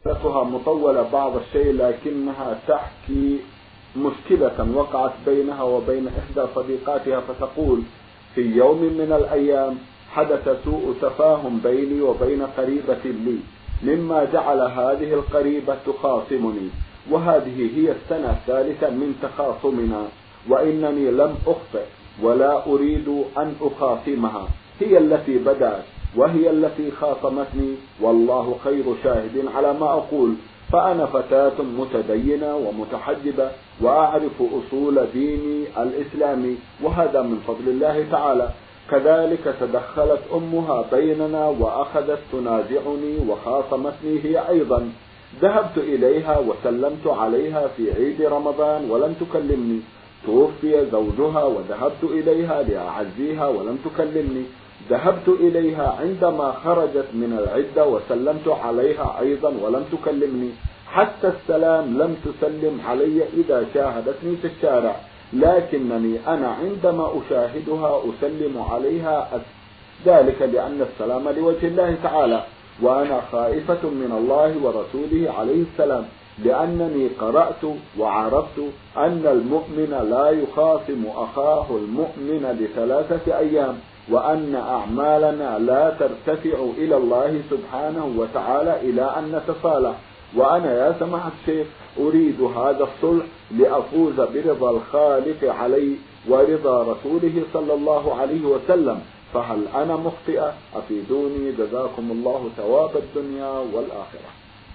قصتها مطولة بعض الشيء، لكنها تحكي مشكلة وقعت بينها وبين إحدى صديقاتها، فتقول: في يوم من الأيام حدث سوء تفاهم بيني وبين قريبة لي، مما جعل هذه القريبة تخاصمني، وهذه هي السنة الثالثة من تخاصمنا، وإنني لم أخطئ ولا أريد أن أخاصمها، هي التي بدأت وهي التي خاصمتني، والله خير شاهد على ما أقول. فأنا فتاة متدينة ومتحجبة وأعرف أصول ديني الإسلامي، وهذا من فضل الله تعالى. كذلك تدخلت أمها بيننا وأخذت تنازعني وخاصمتني هي أيضا. ذهبت إليها وسلمت عليها في عيد رمضان ولم تكلمني. توفي زوجها وذهبت إليها لأعزيها ولم تكلمني. ذهبت إليها عندما خرجت من العدة وسلمت عليها أيضا ولم تكلمني. حتى السلام لم تسلم علي إذا شاهدتني في الشارع، لكنني أنا عندما أشاهدها أسلم عليها، ذلك لأن السلام لوجه الله تعالى، وأنا خائفة من الله ورسوله عليه السلام، لأنني قرأت وعرفت أن المؤمن لا يخاصم أخاه المؤمن ل3 أيام، وأن أعمالنا لا ترتفع إلى الله سبحانه وتعالى إلى أن نتصالح. وأنا يا سماحة الشيخ أريد هذا الصلح لأفوز برضا الخالق علي ورضا رسوله صلى الله عليه وسلم، فهل أنا مخطئة؟ أفيدوني جزاكم الله ثواب الدنيا والآخرة.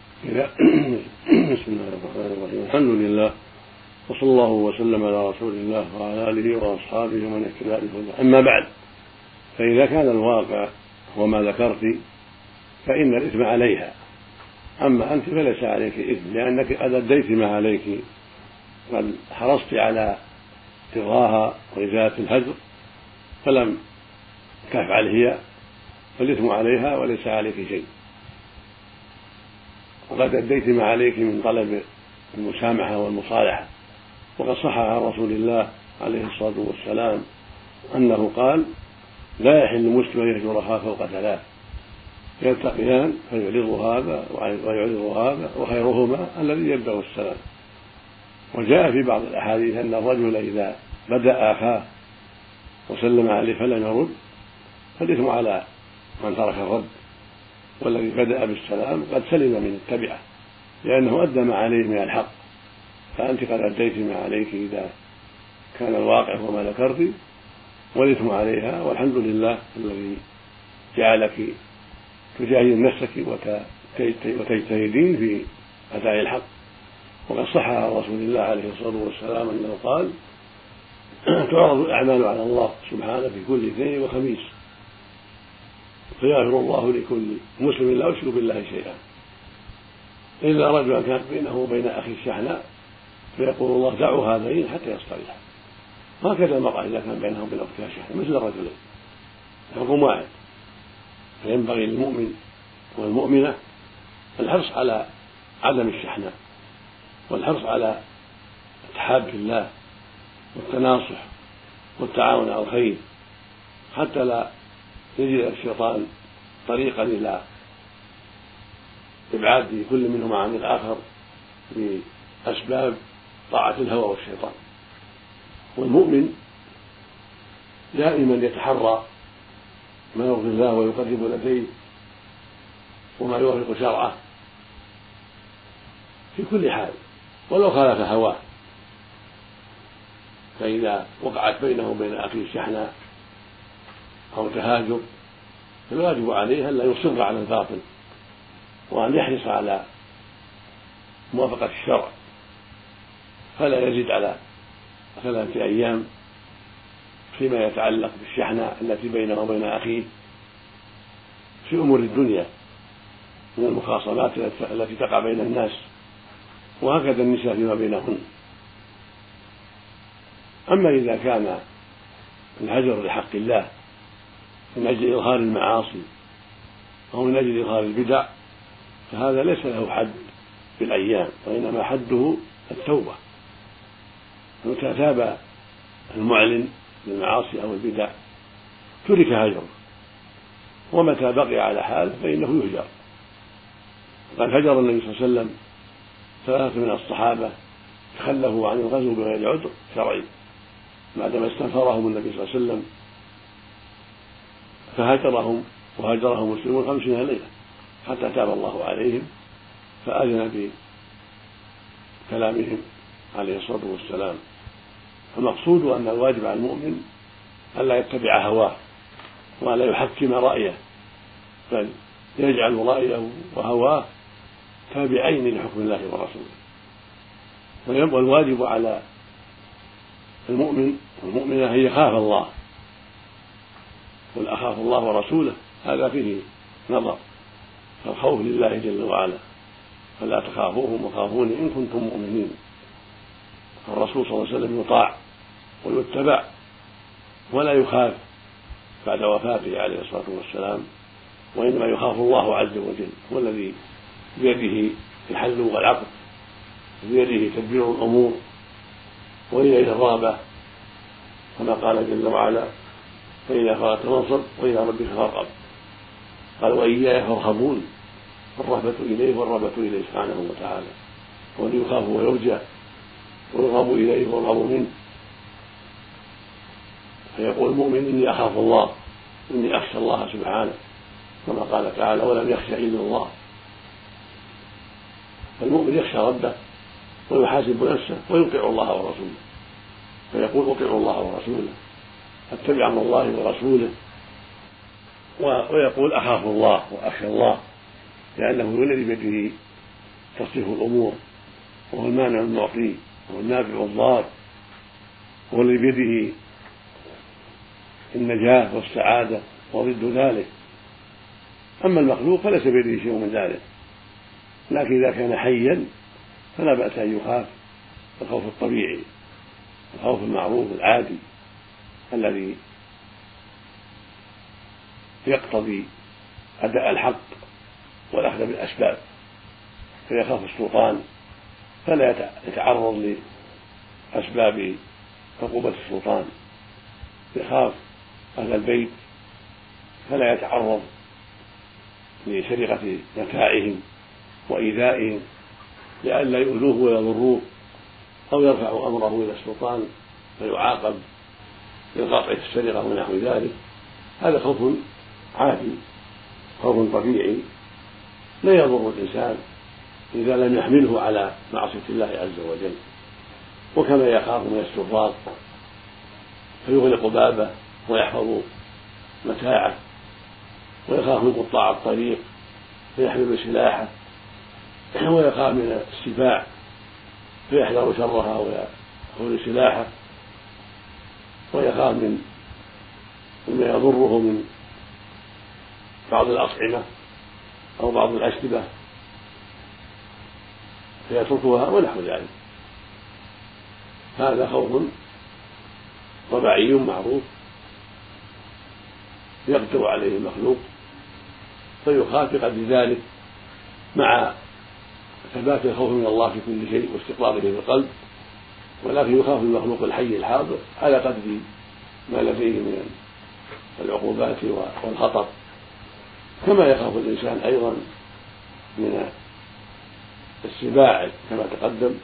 بسم الله الرحمن الرحيم. الحمد لله، وصلى الله وسلم على رسول الله وعلى آله وأصحابه ومن اهتدى بهداه. أما بعد، فإذا كان الواقع هو ما ذكرت فإن الإثم عليها، أما أنت فليس عليك إثم، لأنك قد أديت ما عليك، قد حرصت على ابتغاها وإزالة الهجر فلم تفعل هي، فالإثم عليها وليس عليك شيء. وقد أديت ما عليك من طلب المسامحة والمصالحة، وقد صح عن رسول الله عليه الصلاة والسلام أنه قال: لا يحل مسلم أن يهجر أخاه فوق 3، يلتقيان فيعرض هذا ويعرض هذا، وخيرهما الذي يبدأ السلام. وجاء في بعض الأحاديث أن الرجل إذا بدأ أخاه وسلم عليه فلم يرد فالإثم على من ترك الرد، والذي بدأ بالسلام قد سلم من التبعة لأنه أدى ما عليه من الحق، فأنت قد أديت ما عليك إذا كان الواقع وما ذكرت، والإثم عليها، والحمد لله الذي جعلك تجاهد نفسك وتجتهدين في أداء الحق. وقد صح عن رسول الله عليه الصلاة والسلام أنه قال: تعرض الأعمال على الله سبحانه في كل اثنين وخميس، فيغفر الله لكل مسلم لا يشرك بالله شيئا، إلا رجلا كان بينه وبين أخيه شحناء فيقول الله: دعوا هذين حتى يصطلحا. هكذا المرأة إذا كان بينه وبين أختها شحناء مثل الرجلين، حكم واحد. فينبغي للمؤمن والمؤمنة الحرص على عدم الشحناء، والحرص على التحاب في الله والتناصح والتعاون على الخير، حتى لا يجد الشيطان طريقا إلى إبعاد كل منهما عن الآخر بأسباب طاعة الهوى والشيطان. والمؤمن دائما يتحرى ما يرضي الله ويقرب لديه وما يوافق شرعه في كل حال ولو خالف هواه. فإذا وقعت بينه وبين أخيه شحناء أو تهاجر فالواجب عليه أن لا يصر على الباطل، وأن يحرص على موافقة الشرع، فلا يزيد على 3 أيام فيما يتعلق بالشحناء التي بينه وبين أخيه في أمور الدنيا من المخاصمات التي تقع بين الناس، وهكذا النساء فيما بينهن. أما إذا كان الهجر لحق الله من أجل إظهار المعاصي أو من أجل إظهار البدع فهذا ليس له حد بالأيام، وإنما حده التوبة. فمتى تاب المعلن بالمعاصي أو البدع ترك هجره، ومتى بقي على حال فإنه يهجر. قد هجر النبي صلى الله عليه وسلم 3 من الصحابة تخلفوا عن الغزو بغير عذر شرعي بعدما استنفرهم النبي صلى الله عليه وسلم، فهجرهم وهجرهم المسلمون 50 ليلة حتى تاب الله عليهم فأذن بكلامهم عليه الصلاة والسلام. فالمقصود أن الواجب على المؤمن ألا يتبع هواه ولا يحكم رأيه، بل يجعل رأيه وهواه تابعين لحكم الله ورسوله. والواجب على المؤمن والمؤمنة أن يخاف الله، قل أخاف الله ورسوله، هذا فيه نظر، فالخوف لله جل وعلا، فلا تخافوهم وخافوني إن كنتم مؤمنين. الرسول صلى الله عليه وسلم يطاع ويتبع ولا يخاف بعد وفاته عليه الصلاة والسلام، وإنما يخاف الله عز وجل، هو الذي بيده الحل والعقد وبيده تدبير الأمور وإليه الرغبة، كما قال جل وعلا فإذا فرغت فانصب وإلى ربك فارغب. قال وإياي فارهبون، الرهبة إليه والرغبة إليه سبحانه وتعالى، وأن يخاف ويرجى ويرغب إليه ويرغب منه. فيقول المؤمن إني أخاف الله، إني أخشى الله سبحانه، كما قال تعالى ولم يخشى إلا الله. فالمؤمن يخشى ربه ويحاسب نفسه ويطيع الله ورسوله، فيقول أطيع الله ورسوله، أتبع أمر الله ورسوله، ويقول أخاف الله وأخشى الله، لأنه هو الذي بيده تصريف الأمور، وهو المانع المعطي، وهو النافع الضار، وهو الذي بيده النجاة والسعادة وضد ذلك. أما المخلوق فليس بيده شيء من ذلك، لكن إذا كان حيا فلا بأس أن يخاف الخوف الطبيعي، الخوف المعروف العادي الذي يقتضي أداء الحق والأخذ بالأسباب، فيخاف السلطان فلا يتعرض لأسباب عقوبة السلطان، يخاف أهل البيت فلا يتعرض لسرقة متاعهم وإيذائهم لئلا يؤذوه ويضروه، أو يرفع أمره إلى السلطان فيعاقب بقطع السرقة ونحو ذلك. هذا خوف عادي، خوف طبيعي لا يضر الإنسان إذا لم يحمله على معصية الله عز وجل. وكما يخاف من السراق فيغلق بابه ويحفظ متاعه، ويخاف من قطاع الطريق فيحمل سلاحه، ويخاف من السباع فيحذر شرها ويأخذ سلاحه، ويخاف مما يضره من بعض الأطعمة أو بعض الأشربة فيتركها ونحو ذلك. هذا خوف طبيعي معروف يقدر عليه المخلوق فيخاف بقدر ذلك، مع ثبات الخوف من الله في كل شيء واستقراره في القلب، ولكن يخاف المخلوق الحي الحاضر على قدر ما لديه من العقوبات والخطر، كما يخاف الإنسان أيضا من السباع كما تقدم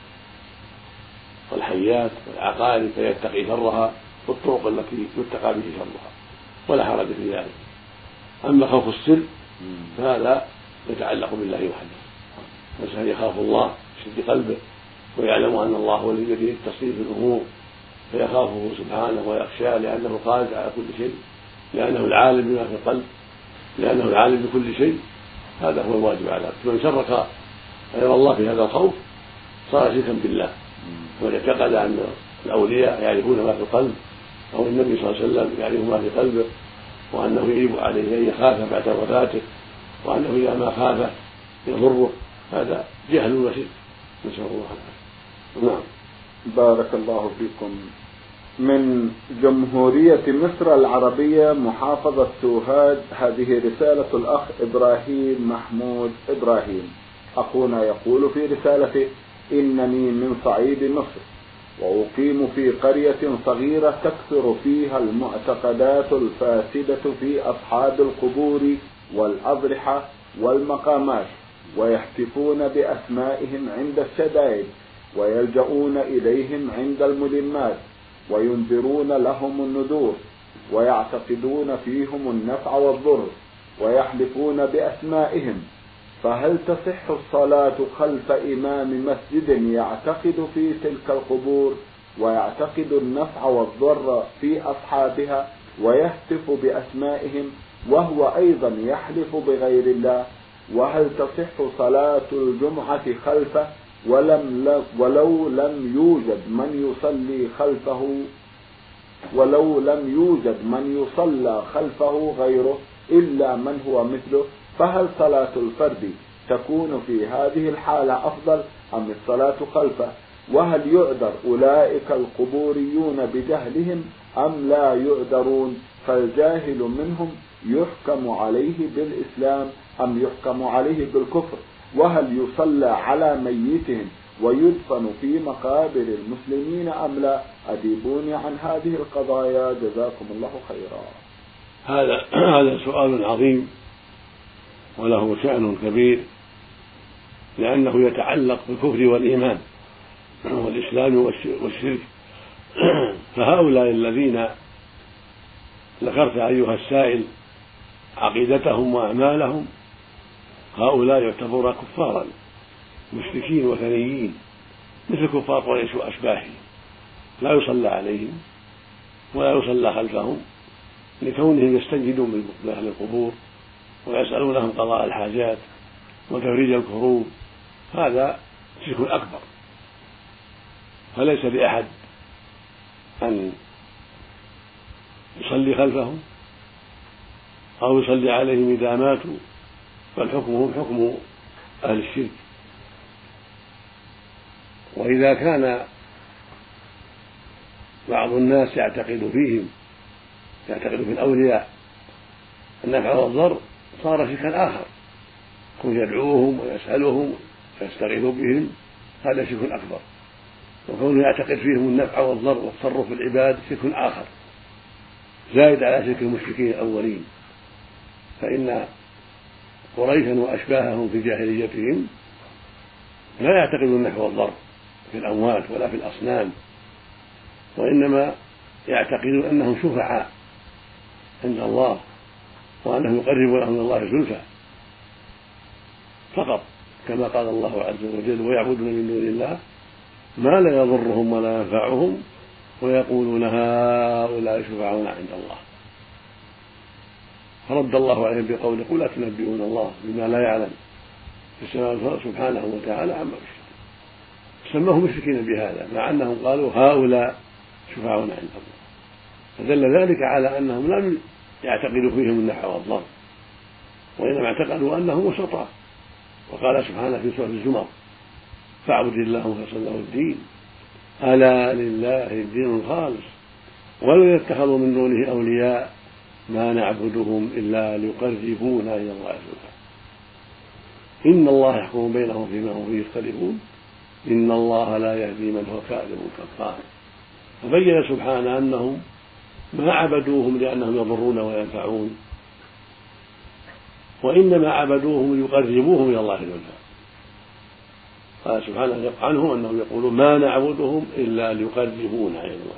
والحيات والعقارب فيتقي شرها والطرق التي يتقى به شرها، ولا حرج في ذلك. أما خوف السر فهذا يتعلق بالله وحده، الإنسان يخاف الله بشد قلبه ويعلم أن الله هو الذي بيده تصريف الأمور، فيخافه سبحانه ويخشاه لأنه قادر على كل شيء، لأنه العالم بما في القلب، لأنه العالم بكل شيء. هذا هو الواجب على من شرك غير الله في هذا الخوف صار شركا بالله، ومن اعتقد أن الأولياء يعرفون ما في القلب أو النبي صلى الله عليه وسلم يعرف ما في قلبه، وأنه يجب عليه أن يخاف بعد وفاته، وأنه إذا ما خاف يضره، هذا جهل وشرك، نسأل الله العافية. نعم. بارك الله فيكم. من جمهورية مصر العربية محافظة سوهاج، هذه رسالة الأخ إبراهيم محمود إبراهيم. أخونا يقول في رسالته: إنني من صعيد مصر، وأقيم في قرية صغيرة تكثر فيها المعتقدات الفاسدة في أصحاب القبور والأضرحة والمقامات، ويهتفون بأسمائهم عند الشدائد، ويلجؤون إليهم عند الملمات، وينذرون لهم النذور، ويعتقدون فيهم النفع والضر، ويحلفون بأسمائهم. فهل تصح الصلاة خلف إمام مسجد يعتقد في تلك القبور ويعتقد النفع والضر في أصحابها ويهتف بأسمائهم وهو أيضا يحلف بغير الله؟ وهل تصح صلاة الجمعة خلفه ولو لم يوجد من يصلى خلفه غيره إلا من هو مثله؟ فهل صلاة الفرد تكون في هذه الحالة أفضل أم الصلاة خلفه؟ وهل يعذر أولئك القبوريون بجهلهم أم لا يعذرون؟ فالجاهل منهم يحكم عليه بالإسلام أم يحكم عليه بالكفر؟ وهل يصلى على ميتهم ويدفن في مقابر المسلمين أم لا؟ أجيبوني عن هذه القضايا جزاكم الله خيرا. هذا سؤال عظيم وله شأن كبير، لأنه يتعلق بالكفر والإيمان والإسلام والشرك. فهؤلاء الذين ذكرت أيها السائل عقيدتهم وأعمالهم، هؤلاء يعتبرون كفارا مشركين وثنيين مثل كفار قريش وأشباههم، لا يصلى عليهم ولا يصلى خلفهم لكونهم يستنجدون بأهل القبور ويسألونهم قضاء الحاجات وتفريج الكروب. هذا شرك أكبر، فليس لأحد أن يصلي خلفهم أو يصلي عليهم إذا ماتوا، بل حكمهم حكم أهل الشرك. وإذا كان بعض الناس يعتقد في الأولياء النفع والضر صار شركا آخر، يكون يدعوهم ويسألهم ويستغيث بهم، هذا شرك أكبر. وكونه يعتقد فيهم النفع والضر والتصرف في العباد شرك آخر زائد على شرك المشركين الأولين. فإن قريشا وأشباههم في جاهليتهم لا يعتقدون النفع والضر في الأموات ولا في الأصنام، وإنما يعتقدون أنهم شفعاء عند الله وأنهم يقربون لهم من الله زلفى فقط، كما قال الله عز وجل: ويعبدون من دون الله ما لا يضرهم ولا ينفعهم ويقولون هؤلاء شفعاؤنا عند الله. فرد الله عليهم بقوله: قل أتنبئون الله بما لا يعلم في السماوات والأرض سبحانه وتعالى عما يشركون. سماهم مشركين بهذا مع أنهم قالوا هؤلاء شفعاؤنا عند الله، فدل ذلك على أنهم لم يعتقدوا فيهم النفع والضر، وإنما اعتقدوا أنهم وسطاء. وقال سبحانه في سورة الزمر: فاعبد الله مخلصا له الدين ألا لله الدين الخالص ولن يتخذوا من دونه أولياء ما نعبدهم إلا ليقربونا إلى الله زلفى إن الله يحكم بينهم فيما هم فيه يختلفون إن الله لا يهدي من هو كاذب كفار. فبين سبحانه أنهم ما عبدوهم لأنهم يضرون وينفعون، وإنما عبدوهم ليقربوهم إلى الله زلفى. قال سبحانه عنهم أنهم يقولون ما نعبدهم إلا ليقربونا إلى الله.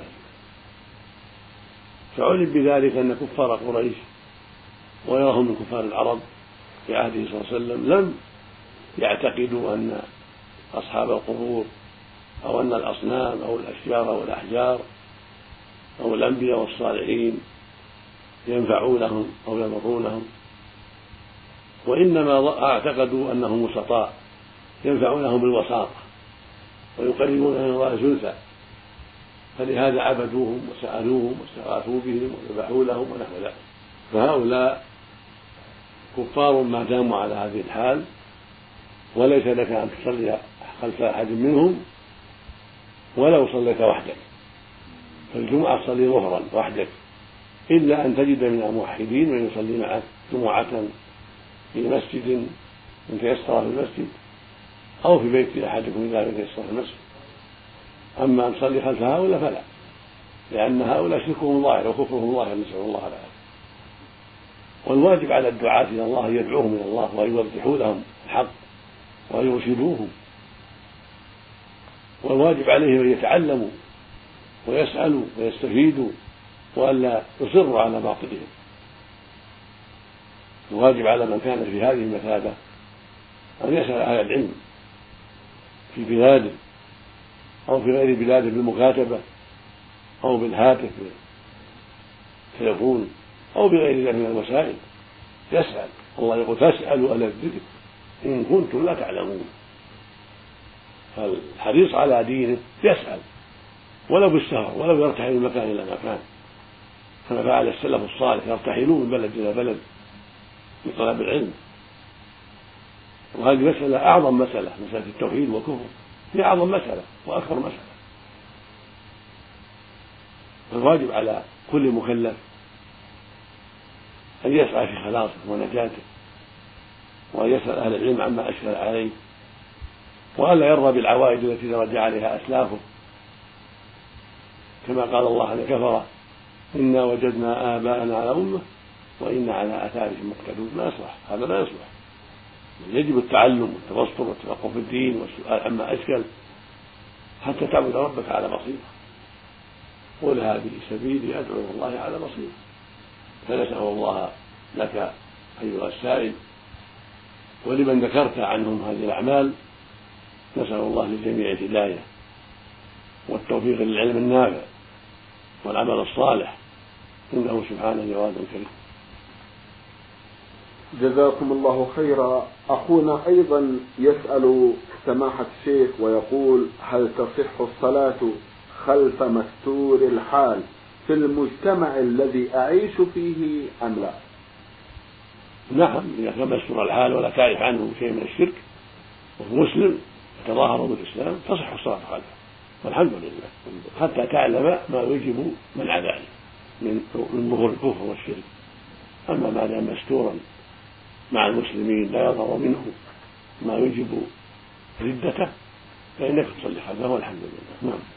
فعلم بذلك أن كفار قريش وغيرهم من كفار العرب في عهده صلى الله عليه وسلم لم يعتقدوا أن أصحاب القبور أو أن الأصنام أو الأشجار أو الأحجار أو الأنبياء والصالحين ينفعونهم أو يضرونهم، وإنما اعتقدوا أنهم وسطاء ينفعونهم بالوساطة ويقربون إلى الله زلفى، فلهذا عبدوهم وسألوهم واستغاثوا بهم وذبحوا لهم ونحو ذلك. فهؤلاء كفار ما داموا على هذه الحال، وليس لك أن تصلي خلف أحد منهم ولو صليت وحدك. فالجمعة تصلي ظهرا وحدك، إلا أن تجد من الموحدين من يصلي معك جمعة في مسجد من تيسر في المسجد أو في بيت أحدكم إذا تيسر في المسجد. أما أن تصلي خلف هؤلاء فلا، لأن هؤلاء شركهم ظاهر وكفرهم ظاهر، نسأل الله العافية. والواجب على الدعاة إلى الله أن يدعوهم إلى الله وأن يوضحوا لهم الحق وأن يرشدوهم، والواجب عليهم أن يتعلموا ويسألوا ويستفيدوا وألا يصروا على باطلهم. الواجب على من كان في هذه المثابة أن يسأل أهل العلم في بلاده أو في غير بلاده بالمكاتبة أو بالهاتف بالتلفون أو بغير ذلك من الوسائل، يسأل. الله يقول فاسألوا أهل الذكر إن كنتم لا تعلمون. فالحريص على دينه يسأل ولو بالسهر ولو يرتحل من مكان إلى مكان، كما فعل السلف الصالح، يرتحلون من بلد إلى بلد لطلب العلم. وهذه مسألة أعظم مسألة التوحيد والكفر، هي أعظم مسألة وأكبر مسألة. فالواجب على كل مكلف أن يسعى في خلاصه ونجاته، وأن يسأل أهل العلم عما أشكل عليه، وألا يرضى بالعوائد التي ترجع عليها أسلافه، كما قال الله عن الكفرة إنا وجدنا آباءنا على أمة وإنا على آثارهم مقتدون. ما يصلح هذا، لا يصلح. يجب التعلم والتبصر والتفقه في الدين والسؤال عما أشكل حتى تعبد ربك على بصيرة. قل هذه سبيلي أدعو إلى الله على بصيرة. فنسأل الله لك أيها السائل ولمن ذكرت عنهم هذه الأعمال، نسأل الله للجميع الهداية والتوفيق للعلم النافع والعمل الصالح، إنه سبحانه جواد كريم. جزاكم الله خيرا. أخونا أيضا يسأل سماحة الشيخ ويقول: هل تصح الصلاة خلف مستور الحال في المجتمع الذي أعيش فيه أم لا؟ نعم، إذا كان مستور الحال ولا تعرف عنه شيء من الشرك وهو مسلم يتظاهر بالإسلام تصح الصلاة خلفه والحمد لله، حتى تعلم ما يجب منع ذلك من ظهور الكفر والشرك. أما ما دام مستورا مع المسلمين لا يظهر منه ما يجب ردته فإنك تصلي خلفه والحمد لله. نعم.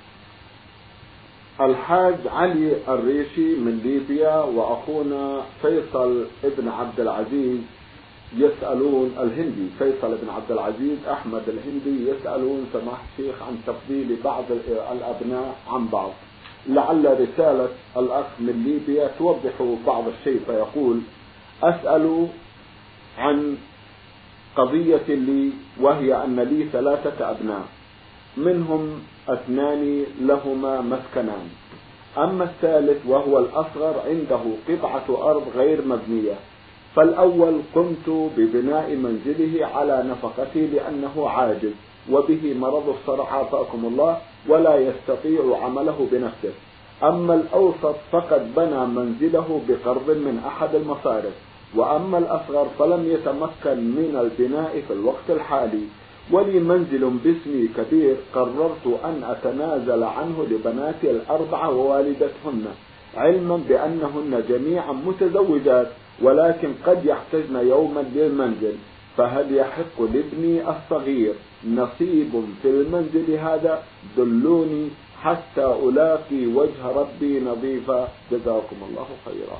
الحاج علي الريشي من ليبيا وأخونا فيصل ابن عبد العزيز يسألون الهندي، فيصل بن عبد العزيز أحمد الهندي، يسألون سماحة الشيخ عن تفضيل بعض الأبناء عن بعض. لعل رسالة الأخ من ليبيا توضح بعض الشيء. فيقول: أسأل عن قضية لي، وهي أن لي 3 أبناء، منهم 2 لهما مسكنان، أما الثالث وهو الأصغر عنده قطعة أرض غير مبنية. فالأول قمت ببناء منزله على نفقتي لأنه عاجز وبه مرض الصرع عافاكم الله ولا يستطيع عمله بنفسه. أما الأوسط فقد بنى منزله بقرض من أحد المصارف، وأما الأصغر فلم يتمكن من البناء في الوقت الحالي. ولي منزل باسمي كبير قررت أن أتنازل عنه لبناتي ال4 ووالدتهن، علما بأنهن جميعا متزوجات ولكن قد يحتجن يوما للمنزل. فهل يحق لابني الصغير نصيب في المنزل هذا؟ دلوني حتى ألاقي وجه ربي نظيفا، جزاكم الله خيرا.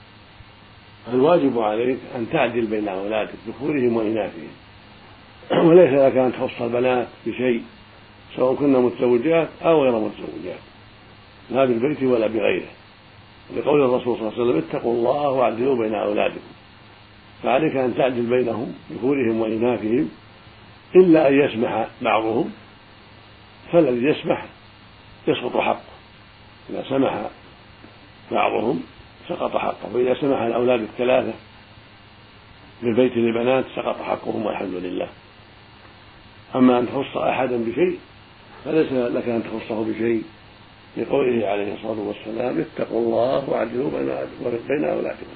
الواجب عليك أن تعدل بين أولادك ذكورهم وإناثهم، وليس لك أن تخص البنات بشيء سواء كن متزوجات أو غير متزوجات، لا بالبيت ولا بغيره، لقول الرسول صلى الله عليه وسلم: اتقوا الله واعدلوا بين أولادكم. فعليك أن تعدل بينهم ذكورهم وإناثهم، إلا أن يسمح بعضهم، فالذي يسمح يسقط حقه. إذا سمح بعضهم سقط حقه، وإذا سمح الأولاد ال3 بالبيت للبنات سقط حقهم والحمد لله. أما أن تخص أحدا بشيء فليس لك أن تخصه بشيء، لقوله عليه الصلاة والسلام: اتقوا الله واعدلوا بين أولادكم.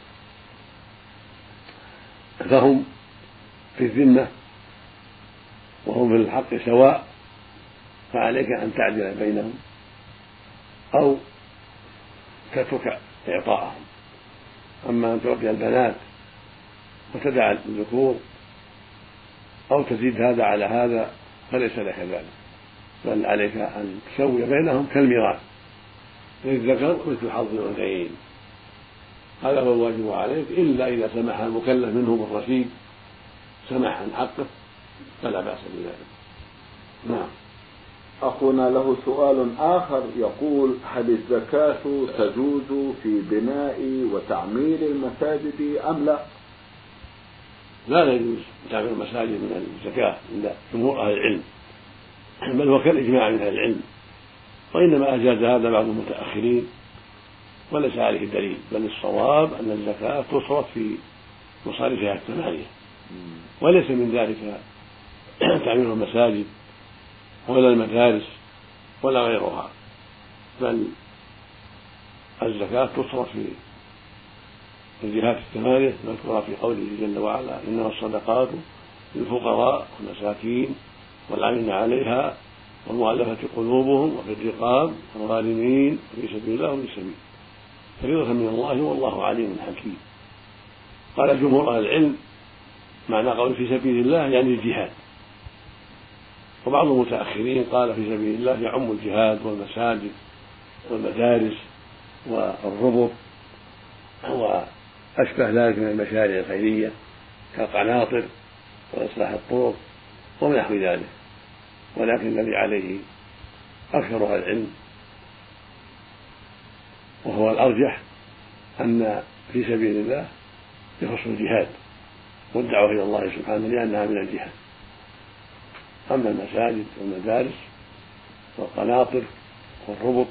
فهم في الذمة وهم في الحق سواء، فعليك أن تعدل بينهم أو تترك إعطاءهم. أما أن تعطي البنات وتدع الذكور أو تزيد هذا على هذا فليس لك ذلك، بل عليك أن تسوي بينهم كالميراث، للذكر مثل حظ الأنثيين. هذا هو الواجب عليك، إلا إذا سمح المكلف منهم الرشيد سمح عن حقه فلا بأس بذلك. نعم. أخونا له سؤال آخر يقول: هل الزكاة تجوز في بناء وتعمير المساجد أم لا؟ لا يجوز تعمير المساجد من الزكاة عند جمهور أهل العلم، بل هو كالإجماع من أهل العلم، وإنما أجاز هذا بعض المتأخرين وليس عليه دليل، بل الصواب أن الزكاة تصرف في مصارفها الثمانية، وليس من ذلك تعمير المساجد ولا المدارس ولا غيرها، بل الزكاة تصرف في الجهات الثمانية المذكورة في قوله جل وعلا: إنما الصدقات للفقراء والمساكين والعاملين عليها والمؤلفة قلوبهم وفي الرقاب والغارمين وفي سبيل الله وفي السبيل فريضة من الله والله عليم حكيم. قال جمهور أهل العلم معنى قول في سبيل الله يعني الجهاد، وبعض المتأخرين قال في سبيل الله يعم الجهاد والمساجد والمدارس والربط وأشبه ذلك من المشاريع الخيرية كالقناطر وإصلاح الطرق ومن نحو ذلك، ولكن الذي عليه أكثر أهل العلم وهو الأرجح أن في سبيل الله يخص الجهاد والدعوة إلى الله سبحانه لأنها من الجهاد. أما المساجد والمدارس والقناطر والربط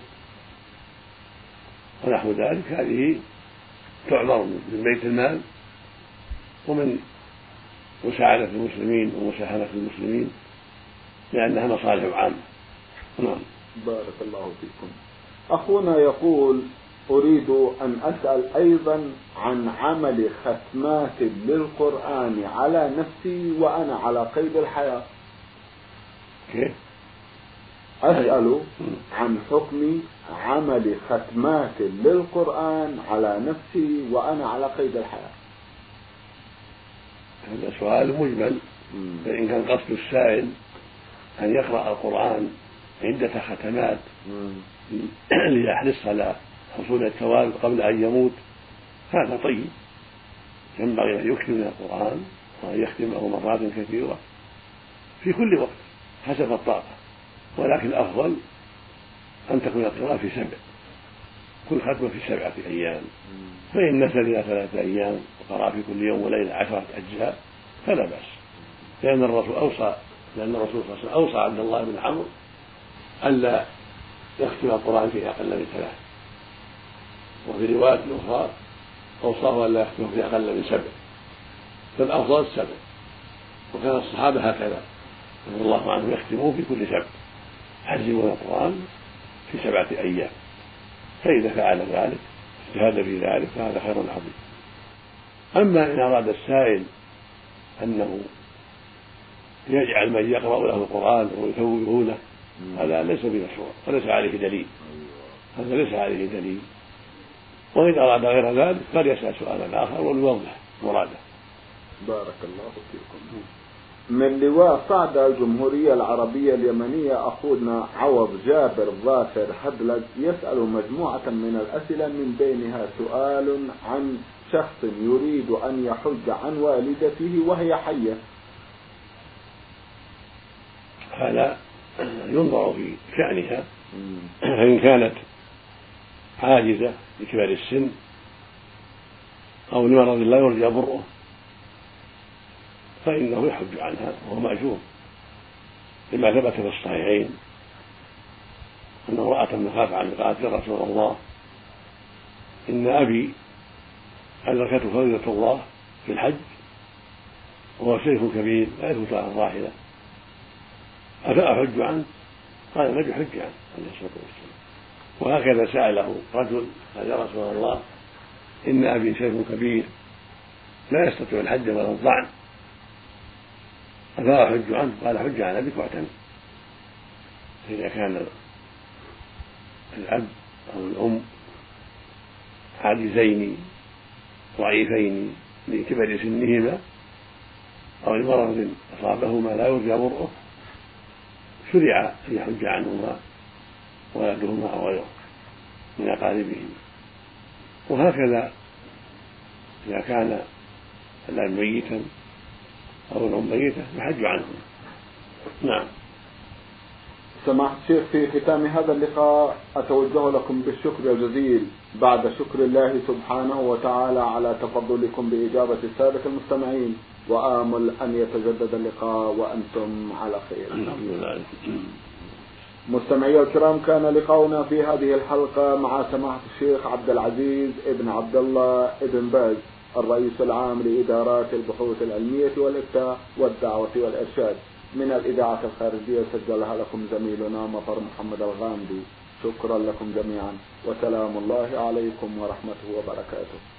ونحو ذلك هذه تعمر من بيت المال ومن مساعدة المسلمين ومساهمة المسلمين لأنها مصالح عامة. نعم. بارك الله فيكم. أخونا يقول: أريد أن أسأل أيضا عن عمل ختمات للقرآن على نفسي وأنا على قيد الحياة. كيف؟ أسأل عن حكم عمل ختمات للقرآن على نفسي وأنا على قيد الحياة. هذا سؤال مجمل، فإن كان قصد السائل أن يقرأ القرآن عدة ختمات ليحرص على حصول الثواب قبل أن يموت هذا طيب، ينبغي أن يكثر من القرآن وأن يختمه مرات كثيرة في كل وقت حسب الطاقة، ولكن الأفضل أن تكون القراءة في 7، كل ختمة في 7 أيام، فإن نزل إلى 3 أيام وقرأ في كل يوم وليلة 10 أجزاء فلا بأس، لأن الرسول صلى الله عليه وسلم أوصى عبد الله بن عمرو ألا يختم القرآن في أقل من 3، وفي رواية أخرى أوصاه ألا يختم في أقل من 7، فالأفضل 7، وكان الصحابة هكذا رضي الله عنهم يختمون في كل 7، يحزمون القرآن في 7 أيام، فإذا فعل ذلك اجتهد في ذلك فهذا خير عظيم. أما إن أراد السائل أنه يجعل من يقرأ له القرآن ويثوبه له هذا ليس بمشروع وليس عليه دليل، هذا ليس عليه دليل، وإن أراد غير ذلك قد يسأل سؤالا آخر وليوضح مراده. بارك الله فيكم. من لواء صعدة الجمهورية العربية اليمنية أخونا عوض جابر ظافر هدلج يسأل مجموعة من الأسئلة من بينها سؤال عن شخص يريد أن يحج عن والدته وهي حية. هذا ينظر في شأنها، فإن كانت عاجزة لكبر السن أو لمرض لا يرجى برؤه فإنه يحج عنها وهو مأجور، لما ثبت في الصحيحين أن امرأة مخافة عن قالت: يا رسول الله إن أبي أدركته فريضة الله في الحج وهو شيخ كبير لا يثبت على الراحلة أفأحج عنه؟ قال: النبي حج عنه عليه الصلاة والسلام. وهكذا سأله رجل قال: يا رسول الله إن أبي شيخ كبير لا يستطيع الحج ولا الطعن أفأحج عنه؟ قال: حج عن أبيك واعتمر. فإذا كان الأب أو الأم عاجزين ضعيفين لكبر سنهما أو لمرض أصابهما لا يرجى برؤه شرع أن يحج عنهما ولدهما أو غيره من أقاربهم. وهكذا إذا كان الأب ميتا أو الأم ميتة يحج عنهم. نعم. سماحة الشيخ، في ختام هذا اللقاء أتوجه لكم بالشكر الجزيل بعد شكر الله سبحانه وتعالى على تفضلكم بإجابة السادة المستمعين، وآمل أن يتجدد اللقاء وأنتم على خير. الحمد لله. مستمعي الكرام، كان لقاؤنا في هذه الحلقة مع سماحة الشيخ عبد العزيز ابن عبد الله ابن باز، الرئيس العام لإدارات البحوث العلمية والإفتاء والدعوة والإرشاد، من الإذاعة الخارجية سجلها لكم زميلنا مطر محمد الغامدي. شكرا لكم جميعا، وسلام الله عليكم ورحمته وبركاته.